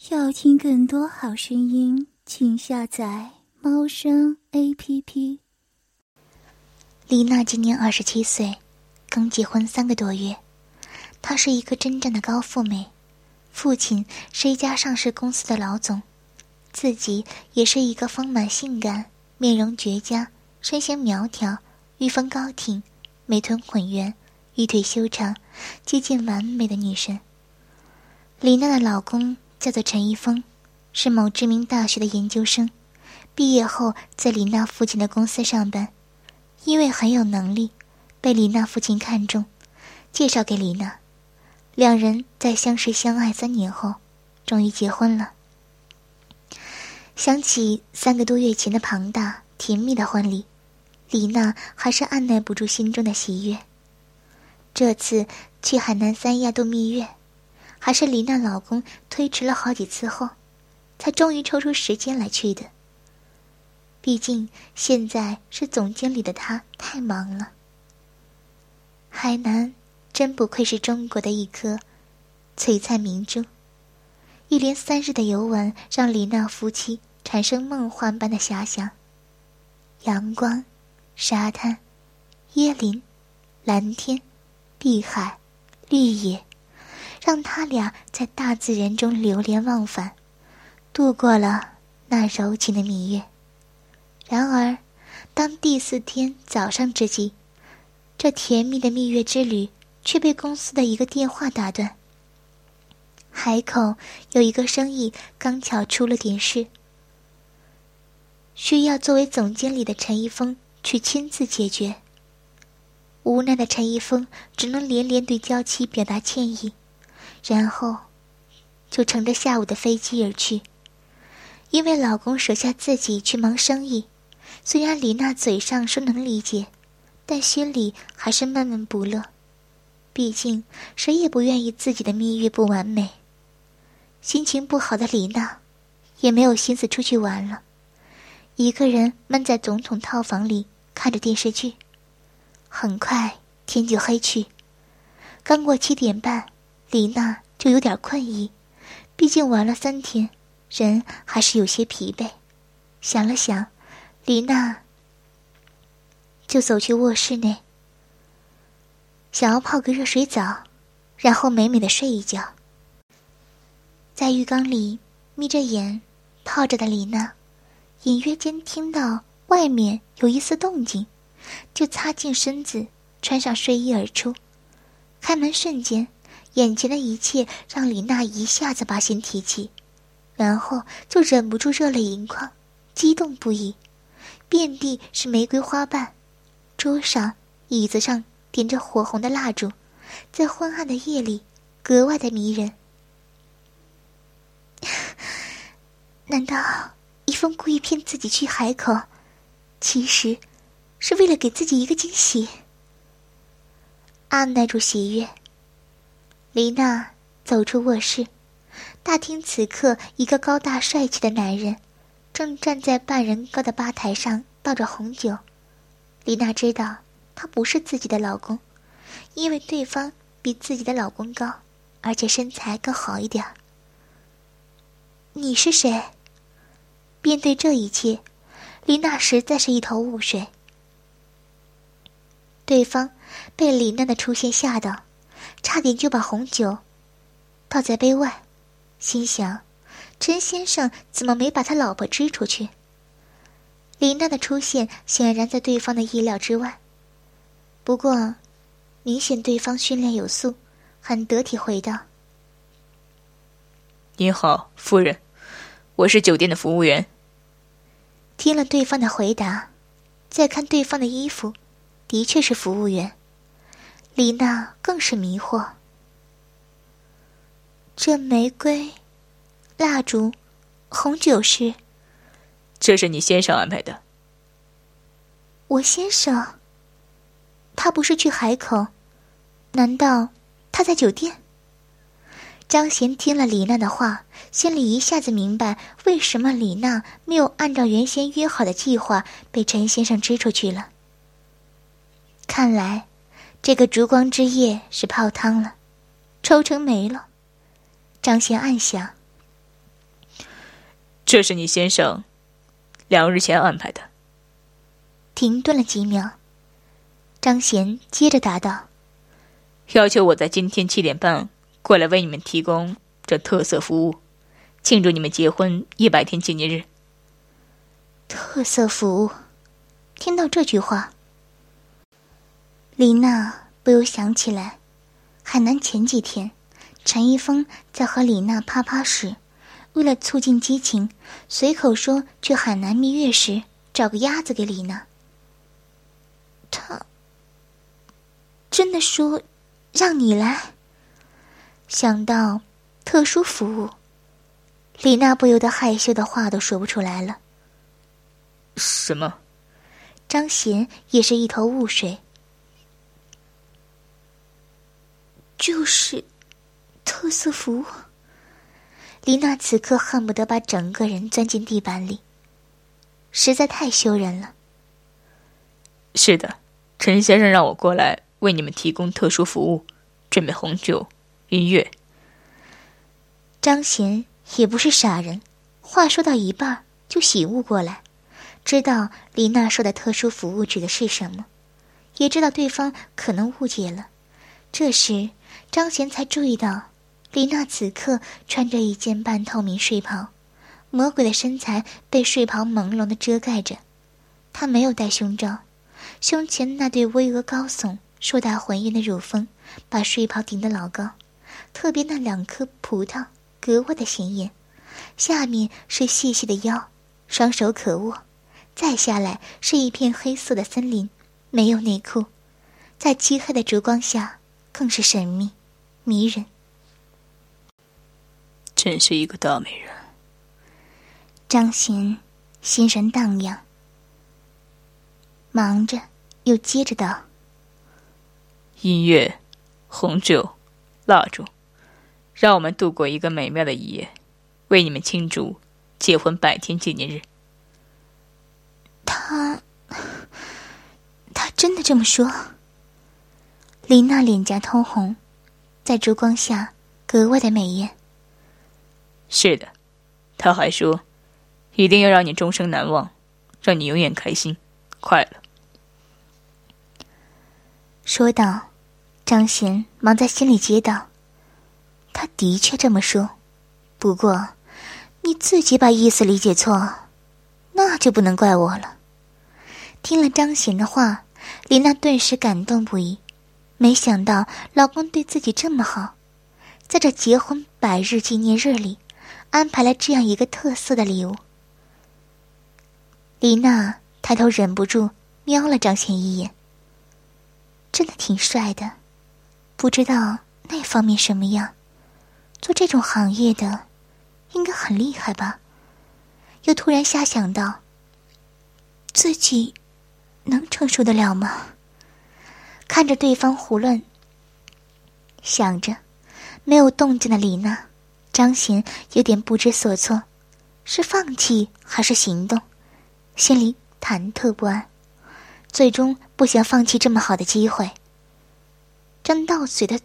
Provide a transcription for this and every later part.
要听更多好声音，请下载猫声 APP。 丽娜今年27岁，刚结婚3个多月。她是一个真正的高富美，父亲是一家上市公司的老总，自己也是一个丰满性感、面容绝佳、身形苗条、玉峰高挺、美臀浑圆、玉腿修长、接近完美的女神。丽娜的老公叫做陈一峰，是某知名大学的研究生，毕业后在丽娜父亲的公司上班，因为很有能力，被丽娜父亲看中，介绍给丽娜。两人在相识相爱3年后，终于结婚了。想起3个多月前的庞大甜蜜的婚礼，丽娜还是按耐不住心中的喜悦。这次去海南3亚度蜜月，还是丽娜老公推迟了好几次后，才终于抽出时间来去的。毕竟现在是总经理的他太忙了。海南真不愧是中国的一颗璀璨明珠，一连3日的游玩让丽娜夫妻产生梦幻般的遐想。阳光、沙滩、椰林、蓝天、碧海、绿野，让他俩在大自然中流连忘返，度过了那柔情的蜜月。然而当第4天早上之际，这甜蜜的蜜月之旅却被公司的一个电话打断。海口有一个生意刚巧出了点事，需要作为总经理的陈一峰去亲自解决。无奈的陈一峰只能连连对娇妻表达歉意，然后就乘着下午的飞机而去。因为老公舍下自己去忙生意，虽然李娜嘴上说能理解，但心里还是闷闷不乐。毕竟谁也不愿意自己的蜜月不完美。心情不好的李娜也没有心思出去玩了，一个人闷在总统套房里看着电视剧。很快天就黑去，刚过7点半，李娜就有点困意，毕竟玩了3天，人还是有些疲惫。想了想，李娜就走去卧室内，想要泡个热水澡，然后美美的睡一觉。在浴缸里眯着眼泡着的李娜，隐约间听到外面有一丝动静，就擦净身子，穿上睡衣而出。开门瞬间，眼前的一切让李娜一下子把心提起，然后就忍不住热泪盈眶，激动不已。遍地是玫瑰花瓣，桌上、椅子上点着火红的蜡烛，在昏暗的夜里格外的迷人。难道一峰故意骗自己去海口，其实是为了给自己一个惊喜？按耐住喜悦，丽娜走出卧室。大厅此刻一个高大帅气的男人正站在半人高的吧台上倒着红酒。丽娜知道他不是自己的老公，因为对方比自己的老公高，而且身材更好一点。你是谁？面对这一切，丽娜实在是一头雾水。对方被丽娜的出现吓到，差点就把红酒倒在杯外，心想陈先生怎么没把他老婆支出去？丽娜的出现显然在对方的意料之外，不过明显对方训练有素，很得体回道： 您好，夫人，我是酒店的服务员。 听了对方的回答，再看对方的衣服，的确是服务员。丽娜更是迷惑，这玫瑰、蜡烛、红酒是？ 这是你先生安排的。 我先生？他不是去海口？难道他在酒店？张贤听了李娜的话，心里一下子明白为什么李娜没有按照原先约好的计划被陈先生支出去了。看来这个烛光之夜是泡汤了，抽成没了。张贤暗想。 这是你先生2日前安排的。 停顿了几秒，张贤接着答道： 要求我在今天7点半过来为你们提供这特色服务，庆祝你们结婚100天纪念日。 特色服务。听到这句话，李娜不由想起来，海南前几天陈一峰在和李娜啪啪时，为了促进激情，随口说去海南蜜月时找个鸭子给李娜。他真的说让你来？想到特殊服务，李娜不由得害羞的话都说不出来了。 什么？ 张贤也是一头雾水。就是特色服务。李娜此刻恨不得把整个人钻进地板里，实在太羞人了。 是的，陈先生让我过来为你们提供特殊服务，准备红酒、音乐。 张贤也不是傻人，话说到一半就醒悟过来，知道李娜说的特殊服务指的是什么，也知道对方可能误解了。这时张贤才注意到李娜此刻穿着一件半透明睡袍，魔鬼的身材被睡袍朦胧地遮盖着。她没有戴胸罩，胸前那对巍峨高耸、硕大浑圆的乳峰把睡袍顶得老高，特别那2颗葡萄格外的显眼。下面是细细的腰，双手可握，再下来是一片黑色的森林，没有内裤，在漆黑的烛光下更是神秘迷人。 真是一个大美人。 张贤心神荡漾，忙着又接着道： 音乐、红酒、蜡烛，让我们度过一个美妙的一夜，为你们庆祝结婚100天纪念日。 他真的这么说？李娜脸颊通红，在烛光下格外的美艳。 是的，他还说一定要让你终生难忘，让你永远开心快乐。 说道，张贤忙在心里接道：他的确这么说，不过你自己把意思理解错，那就不能怪我了。听了张贤的话，李娜顿时感动不已，没想到老公对自己这么好，在这结婚100日纪念日里安排了这样一个特色的礼物。李娜抬头忍不住瞄了张贤一眼，真的挺帅的，不知道那方面什么样，做这种行业的应该很厉害吧。又突然瞎想到，自己能承受得了吗？看着对方胡乱想着，没有动静的李娜，张贤有点不知所措，是放弃还是行动，心里忐忑不安，最终不想放弃这么好的机会。张到嘴的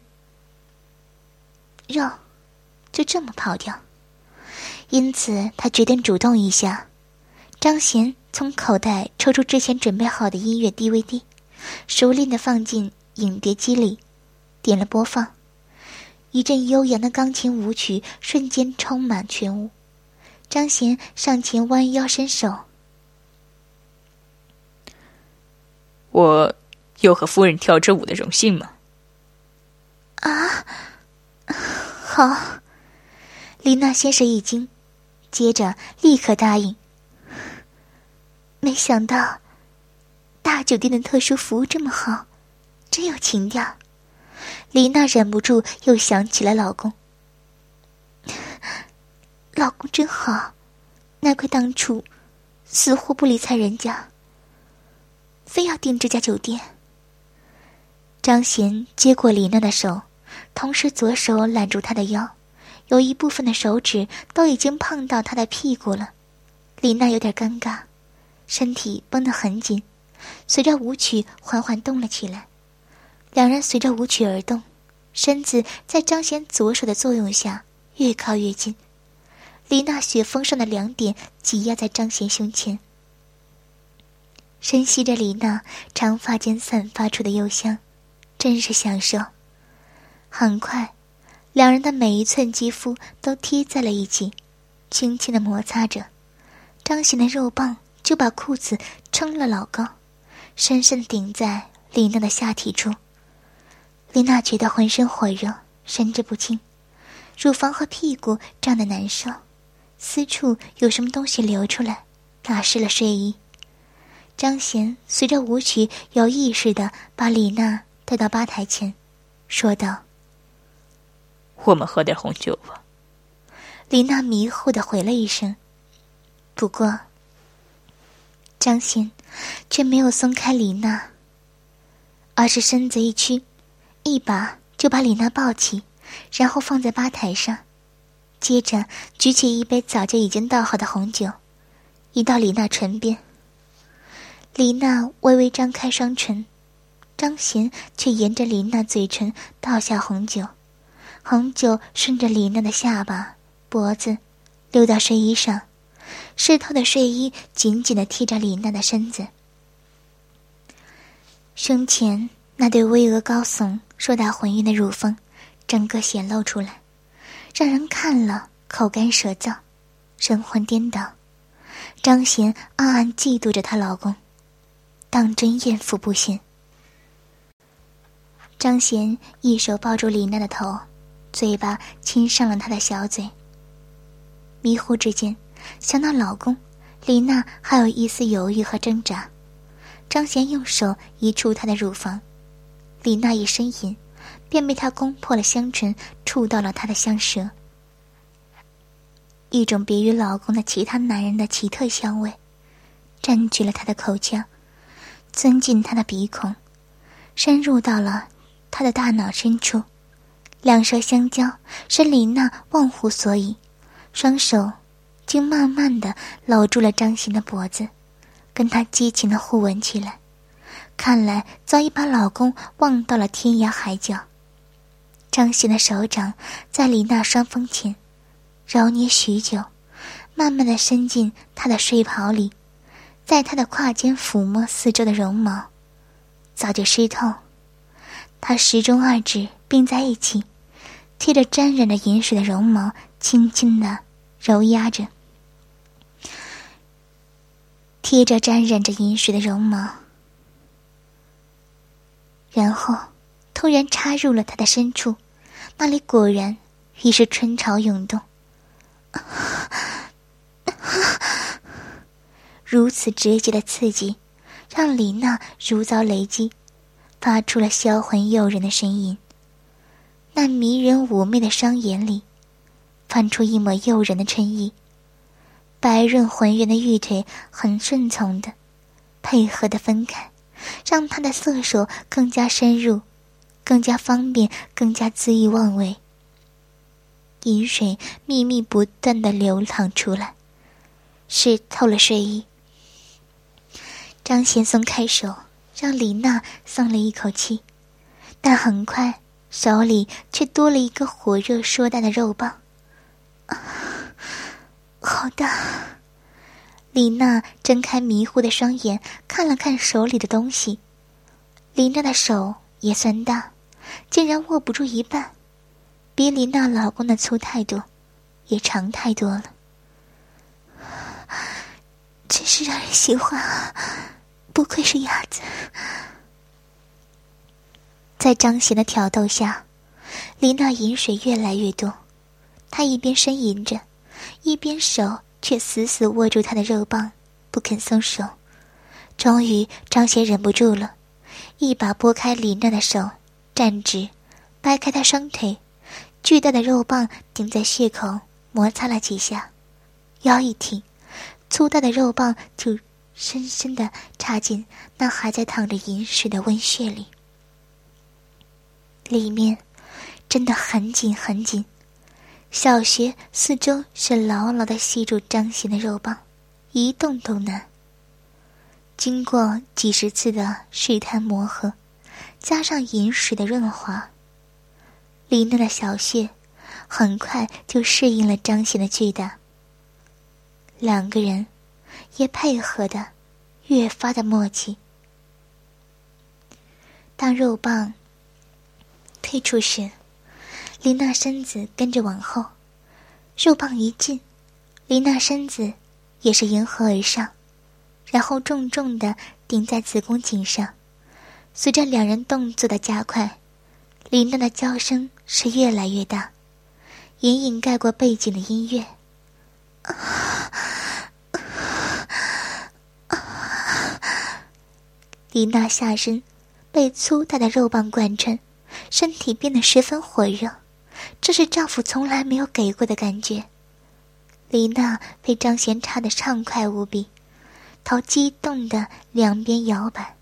肉就这么跑掉，因此他决定主动一下。张贤从口袋抽出之前准备好的音乐 DVD， 熟练地放进影碟机里，点了播放。一阵悠扬的钢琴舞曲瞬间充满全屋。张贤上前弯腰伸手： 我有和夫人跳支舞的荣幸吗？ 啊，好。丽娜先是一惊，接着立刻答应。没想到大酒店的特殊服务这么好，真有情调。丽娜忍不住又想起了老公。老公真好，难怪当初死活不理睬人家，非要订这家酒店。张贤接过李娜的手，同时左手揽住她的腰，有一部分的手指都已经碰到她的屁股了。李娜有点尴尬，身体绷得很紧，随着舞曲缓缓动了起来。两人随着舞曲而动，身子在张贤左手的作用下越靠越近。 李娜雪峰上的2点挤压在张贤胸前，深吸着李娜长发间散发出的幽香，真是享受。很快，两人的每一寸肌肤都贴在了一起，轻轻地摩擦着。张贤的肉棒就把裤子撑了老高，深深顶在李娜的下体处。李娜觉得浑身火热，神志不清，乳房和屁股胀得难受，私处有什么东西流出来，打湿了睡衣。张贤随着舞曲有意识地把李娜带到吧台前，说道： 我们喝点红酒吧。 李娜迷糊地回了一声，不过张贤却没有松开李娜，而是身子一屈，一把就把李娜抱起，然后放在吧台上，接着举起一杯早就已经倒好的红酒，移到李娜唇边。李娜微微张开双唇，张贤却沿着李娜嘴唇倒下红酒，红酒顺着李娜的下巴、脖子流到睡衣上，湿透的睡衣紧紧地贴着李娜的身子。胸前那对巍峨高耸、硕大浑圆的乳峰整个显露出来，让人看了口干舌燥，神魂颠倒。张贤暗暗嫉妒着她老公，当真艳福不现。张贤一手抱住李娜的头，嘴巴亲上了她的小嘴。迷糊之间，想到老公，李娜还有一丝犹豫和挣扎。张贤用手移出她的乳房，李娜一呻吟，便被他攻破了香唇，触到了她的香舌。一种别于老公的其他男人的奇特香味占据了她的口腔，钻进她的鼻孔，深入到了她的大脑深处。两舌相交，使李娜忘乎所以，双手竟慢慢地搂住了张贤的脖子，跟他激情地互吻起来。看来早已把老公忘到了天涯海角。张贤的手掌在李娜双峰前揉捏许久，慢慢地伸进她的睡袍里，在她的胯间抚摸四周的绒毛，早就湿透。他10中2指并在一起，贴着沾染着银水的绒毛，轻轻地揉压着，贴着沾染着银水的绒毛，然后突然插入了他的深处，那里果然已是春潮涌动。如此直接的刺激，让李娜如遭雷击，发出了销魂诱人的声音。那迷人妩媚的双眼里泛出一抹诱人的春意，白润浑圆的玉腿很顺从的配合的分开，让他的色手更加深入，更加方便，更加恣意妄为。饮水密密不断地流淌出来，湿透了睡衣。张贤松开手，让李娜松了一口气，但很快手里却多了一个火热硕大的肉棒。好大！李娜睁开迷糊的双眼，看了看手里的东西。李娜的手也算大，竟然握不住一半，比李娜老公的粗太多，也长太多了。真是让人喜欢啊，不愧是鸭子。在张贤的挑逗下，李娜饮水越来越多，她一边呻吟着，一边手却死死握住她的肉棒，不肯松手。终于张贤忍不住了，一把拨开李娜的手，站直，掰开她双腿，巨大的肉棒顶在血口，摩擦了几下，腰一挺，粗大的肉棒就深深地插进那还在淌着饮水的温穴里，里面真的很紧很紧，小穴四周是牢牢地吸住张贤的肉棒，一动都难。经过几十次的试探磨合，加上饮水的润滑，李娜的小穴很快就适应了张贤的巨大， 两个人也配合的越发的默契。当肉棒退出时，琳娜身子跟着往后，肉棒一进，琳娜身子也是迎合而上，然后重重地顶在子宫颈上。随着两人动作的加快，琳娜的叫声是越来越大，隐隐盖过背景的音乐。琳娜下身被粗大的肉棒贯穿，身体变得十分火热，这是丈夫从来没有给过的感觉。琳娜被张贤插得畅快无比，头激动地两边摇摆。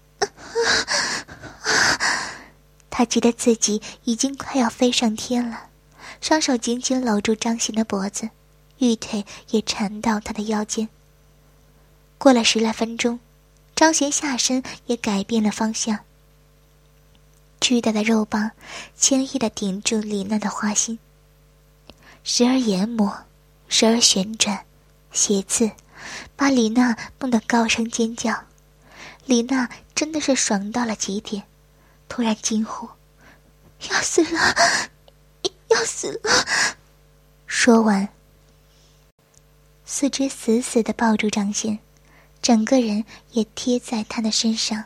她觉得自己已经快要飞上天了，双手紧紧搂住张贤的脖子，玉腿也缠到他的腰间。过了10来分钟，张贤下身也改变了方向，巨大的肉棒轻易地顶住琳娜的花心，时而研磨，时而旋转斜刺，把琳娜弄得高声尖叫。琳娜真的是爽到了极点，突然惊呼：“要死了，要死了！”说完，四肢死死地抱住张贤，整个人也贴在他的身上。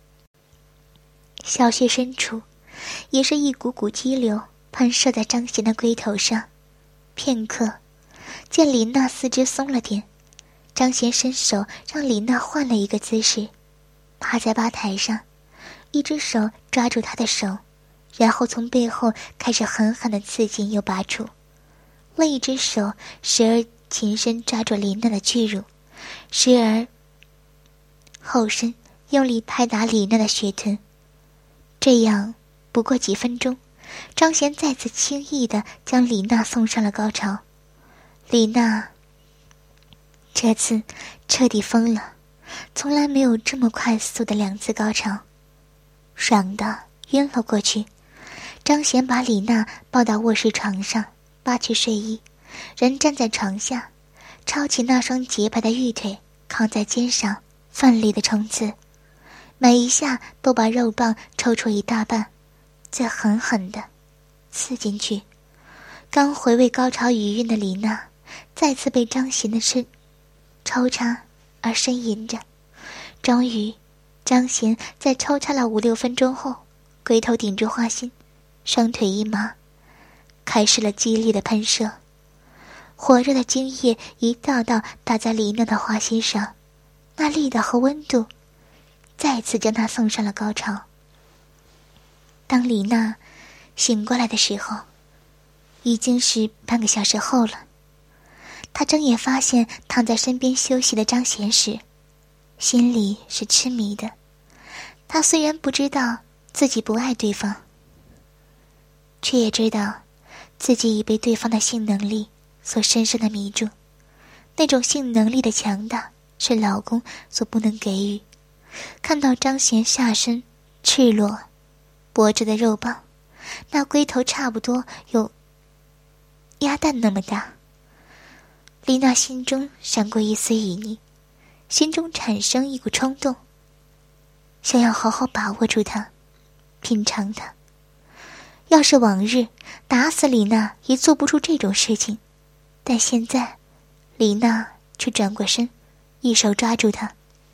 小穴深处也是一股股激流喷射在张贤的龟头上。片刻，见琳娜四肢松了点，张贤伸手让琳娜换了一个姿势，趴在吧台上，一只手抓住她的手，然后从背后开始狠狠地刺进又拔出，另一只手时而前身抓住琳娜的巨乳，时而后身用力拍打琳娜的血臀。这样不过几分钟，张贤再次轻易地将琳娜送上了高潮。琳娜这次彻底疯了，从来没有这么快速的2次高潮，爽得晕了过去。张贤把琳娜抱到卧室床上，扒去睡衣，人站在床下，抄起那双洁白的玉腿扛在肩上，奋力的冲刺，每一下都把肉棒抽出一大半，再狠狠地刺进去。刚回味高潮余韵的琳娜再次被张贤的抽插而呻吟着。终于，张贤在抽插了5、6分钟后，龟头顶住花心，双腿一麻，开始了激烈的喷射。火热的精液一道道打在琳娜的花心上，那力道和温度再次将她送上了高潮。当琳娜醒过来的时候，已经是半个小时后了。她睁眼发现躺在身边休息的张贤时，心里是痴迷的。她虽然不知道自己不爱对方，却也知道自己已被对方的性能力所深深的迷住。那种性能力的强大是老公所不能给予。看到张贤下身赤裸脖子的肉棒，那龟头差不多有鸭蛋那么大，丽娜心中闪过一丝旖旎，心中产生一股冲动，想要好好把握住它，品尝它。要是往日，打死丽娜也做不出这种事情，但现在丽娜却转过身，一手抓住她。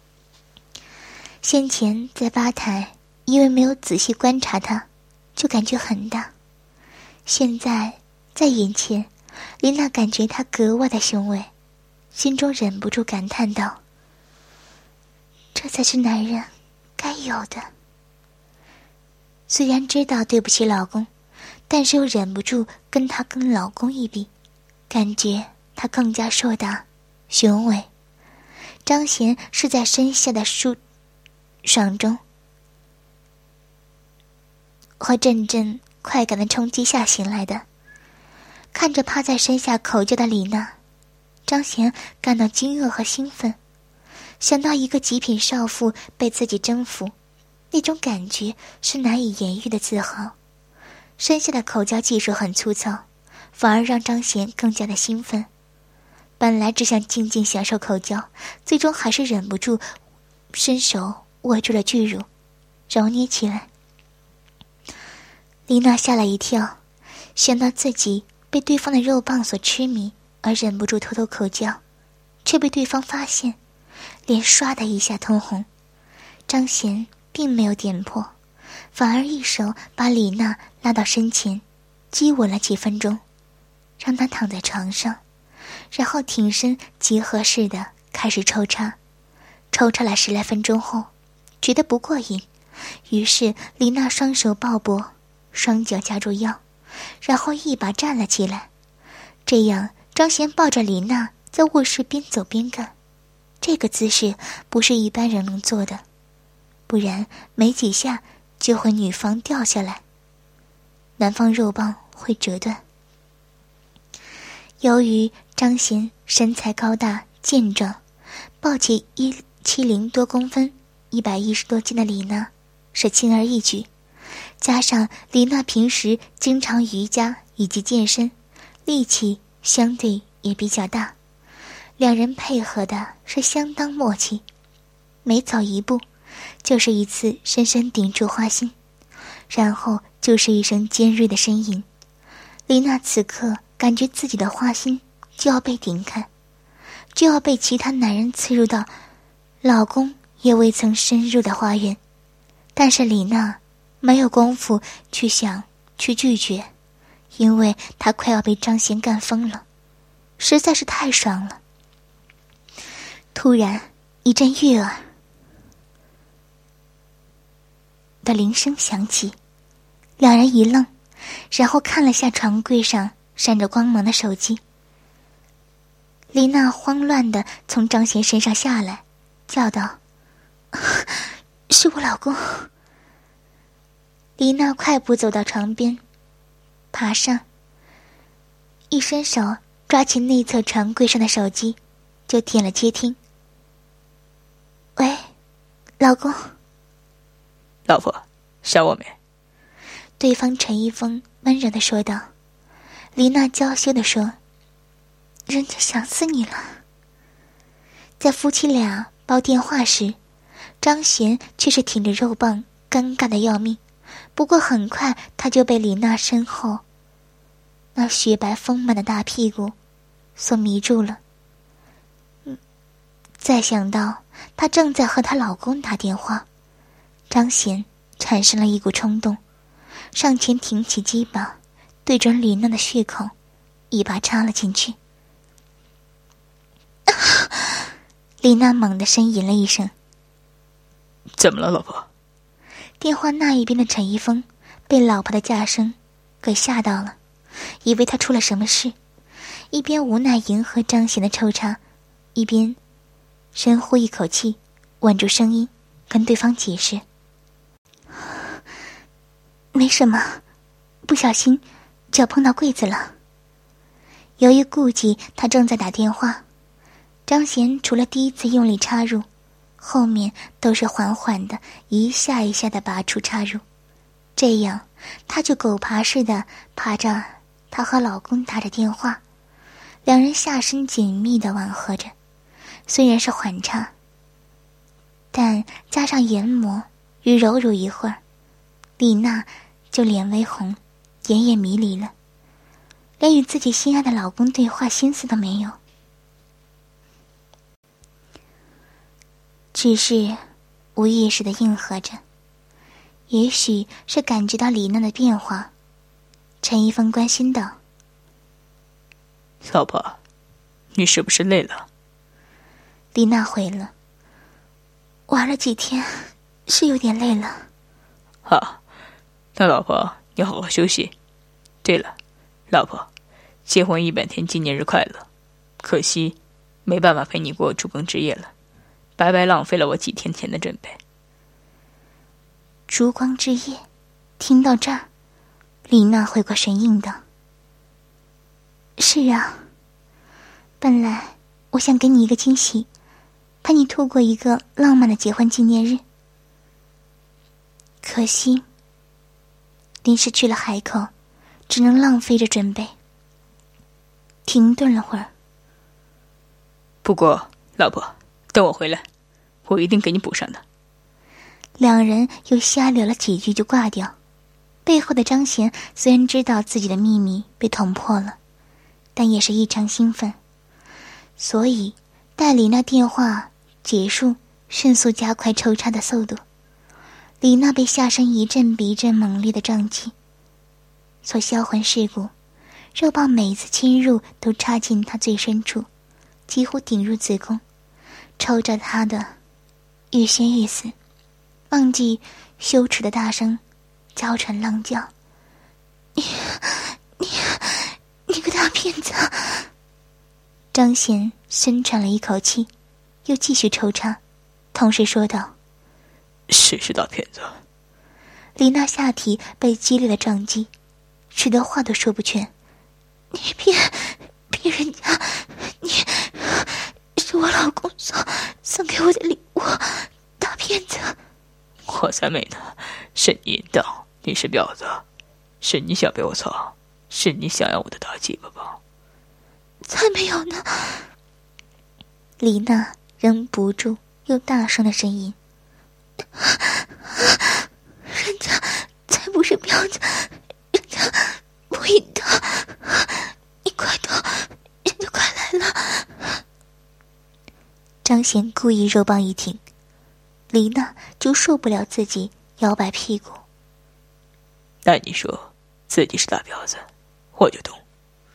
先前在吧台因为没有仔细观察她，就感觉很大，现在在眼前，琳娜感觉他格外的雄伟，心中忍不住感叹道：这才是男人该有的。虽然知道对不起老公，但是又忍不住跟老公一比，感觉他更加硕大雄伟。张贤是在身下的爽中和阵阵快感的冲击下醒来的。看着趴在身下口叫的李娜，张贤感到惊愕和兴奋，想到一个极品少妇被自己征服，那种感觉是难以言喻的自豪。身下的口交技术很粗糙，反而让张贤更加的兴奋。 本来只想静静享受口交，最终还是忍不住伸手握住了巨乳，揉捏起来。丽娜吓了一跳，想到自己被对方的肉棒所痴迷，而忍不住偷偷口交，却被对方发现，脸唰的一下通红。张贤并没有点破，反而一手把李娜拉到身前，激吻了几分钟，让她躺在床上，然后挺身集合似的开始抽插。抽插了10来分钟后，觉得不过瘾，于是李娜双手抱脖，双脚夹住腰，然后一把站了起来。这样张贤抱着李娜在卧室边走边干，这个姿势不是一般人能做的，不然没几下就会女方掉下来，男方肉棒会折断。由于张贤身材高大健壮，抱起170多公分110多斤的李娜是轻而易举，加上李娜平时经常瑜伽以及健身，力气相对也比较大，两人配合的是相当默契，每走一步就是一次深深顶住花心，然后就是一声尖锐的呻吟。李娜此刻感觉自己的花心就要被顶开，就要被其他男人刺入到老公也未曾深入的花园，但是李娜没有功夫去想去拒绝，因为她快要被张贤干疯了，实在是太爽了。突然一阵悦耳的铃声响起，两人一愣，然后看了下床柜上闪着光芒的手机。李娜慌乱地从张贤身上下来，叫道：“是我老公。”李娜快步走到床边，爬上，一伸手抓起内侧床柜上的手机，就点了接听。“喂，老公。”“ 老婆，想我没？” 对方陈一峰温柔地说道。李娜娇羞地说：“人家想死你了。”在夫妻俩煲电话时，张贤却是挺着肉棒，尴尬的要命。不过很快他就被李娜身后那雪白丰满的大屁股所迷住了。再想到她正在和她老公打电话，张贤产生了一股冲动，上前挺起鸡巴，对准李娜的血口一把插了进去。李娜猛地呻吟了一声。 “怎么了，老婆？” 电话那一边的陈一峰被老婆的叫声给吓到了，以为他出了什么事，一边无奈迎合张贤的抽插，一边深呼一口气，稳住声音跟对方解释：“没什么，不小心脚碰到柜子了。”由于顾忌他正在打电话，张贤除了第一次用力插入，后面都是缓缓的一下一下的拔出插入，这样他就狗爬似的爬着她和老公打着电话，两人下身紧密的吻合着，虽然是缓插，但加上研磨与揉揉一会儿，李娜就脸微红，眼也迷离了，连与自己心爱的老公对话心思都没有，只是无意识地应和着。也许是感觉到李娜的变化，陈一峰关心道：“ 老婆，你是不是累了？” 李娜回了：“玩了几天，是有点累了。”“ 好，那老婆你好好休息。对了，老婆，结婚100天纪念日快乐！可惜没办法陪你过烛光之夜了，白白浪费了我几天前的准备。” 烛光之夜，听到这儿，李娜回过神应道：“是啊，本来我想给你一个惊喜，陪你度过一个浪漫的结婚纪念日，可惜临时去了海口，只能浪费着准备。”停顿了会儿， 不过，老婆，等我回来，我一定给你补上的。 两人又瞎聊了几句就挂掉。背后的张贤虽然知道自己的秘密被捅破了，但也是异常兴奋，所以待李娜电话结束，迅速加快抽插的速度。李娜被下身一阵比一阵猛烈的撞击所销魂蚀骨，肉棒每次侵入都插进她最深处，几乎顶入子宫，抽着她的欲仙欲死，忘记羞耻的大声娇喘浪叫：“你个大骗子！”张贤深喘了一口气，又继续抽插，同时说道：“ 谁是大骗子？” 李娜下体被激烈的撞击，使得话都说不全。“你骗人家，你是我老公送给我的礼物，大骗子！”“ 我才没呢，是你淫荡，你是婊子，是你想被我操，是你想要我的大鸡巴吧？”“ 才没有呢！”李娜忍不住又大声的呻吟：“人家才不是婊子，人家不淫荡，你快动，人家快来了！”张贤故意肉棒一挺，李娜就受不了自己摇摆屁股。 “那你说自己是大婊子，我就懂。”“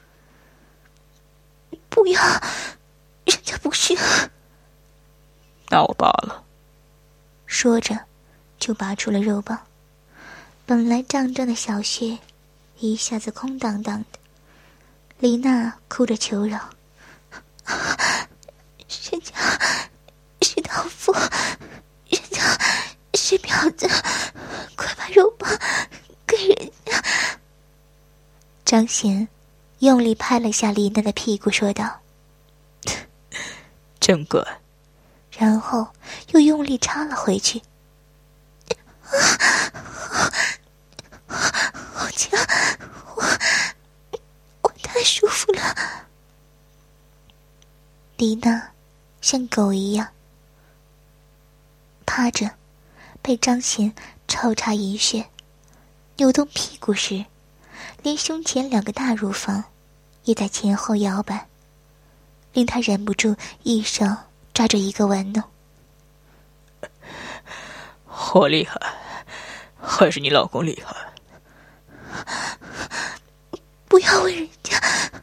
不要，人家不是。”“ 那我罢了。” 说着就拔出了肉棒。本来胀胀的小穴一下子空荡荡的，李娜哭着求饶：“人家是盗妇，人家是婊子，快把肉棒给人家！”张贤用力拍了下李娜的屁股，说道：“ 真乖。” 然后又用力插了回去。“好强，我太舒服了。”李娜像狗一样趴着，被张贤抽插淫穴，扭动屁股时，连胸前2个大乳房也在前后摇摆，令他忍不住一手抓着一个玩弄。 “我厉害，还是你老公厉害？”“ 不要问人家，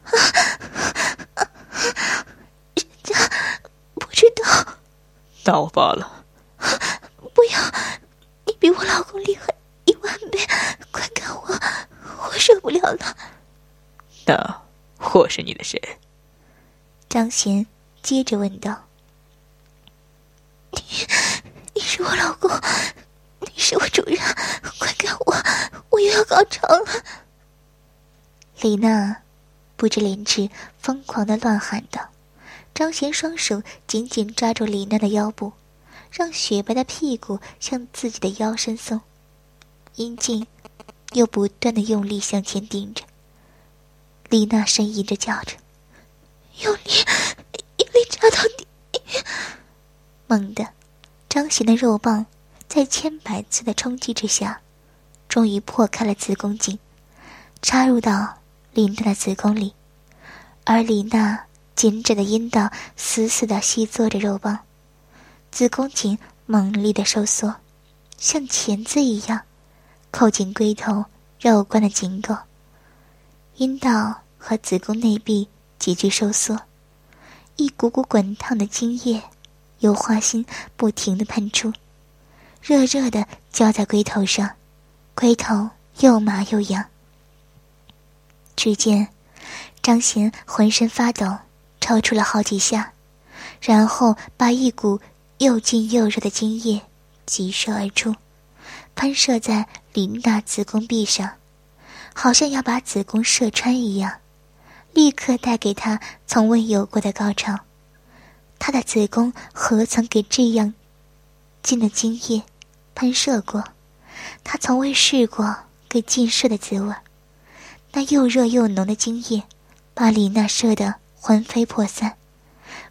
人家不知道。”“ 那我罢了。”“ 不要，你比我老公厉害10000倍，快看我受不了了。”“ 那我是你的谁？” 张贤接着问道。“你是我老公，你是我主人，快看我又要高潮了。”李娜不知廉耻，疯狂地乱喊道。张贤双手紧紧抓住李娜的腰部，让雪白的屁股向自己的腰身送，阴茎又不断地用力向前顶着。李娜呻吟着叫着：“用力插到底！”猛地，张贤的肉棒在千百次的冲击之下，终于破开了子宫颈，插入到李娜的子宫里，而李娜紧窄的阴道死死地吸嘬着肉棒，子宫颈猛烈的收缩，像钳子一样扣紧龟头肉冠的颈沟，阴道和子宫内壁急剧收缩，一股股滚烫的精液由花心不停地喷出，热热地浇在龟头上，龟头又麻又痒。只见张贤浑身发抖，抽搐了好几下，然后把一股又劲又热的精液急射而出，喷射在李娜子宫壁上，好像要把子宫射穿一样，立刻带给她从未有过的高潮。她的子宫何曾给这样劲的精液喷射过？她从未试过给劲射的滋味。那又热又浓的精液把李娜射得魂飞魄散，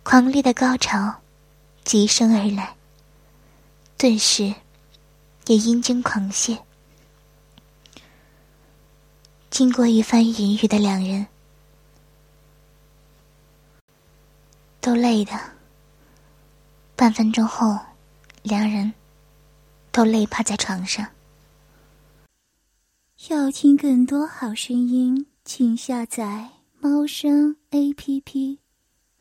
狂烈的高潮急升而来，顿时也阴茎狂泻。经过一番云雨的两人，都累的，半分钟后，两人都累趴在床上。 要听更多好声音，请下载猫声 APP。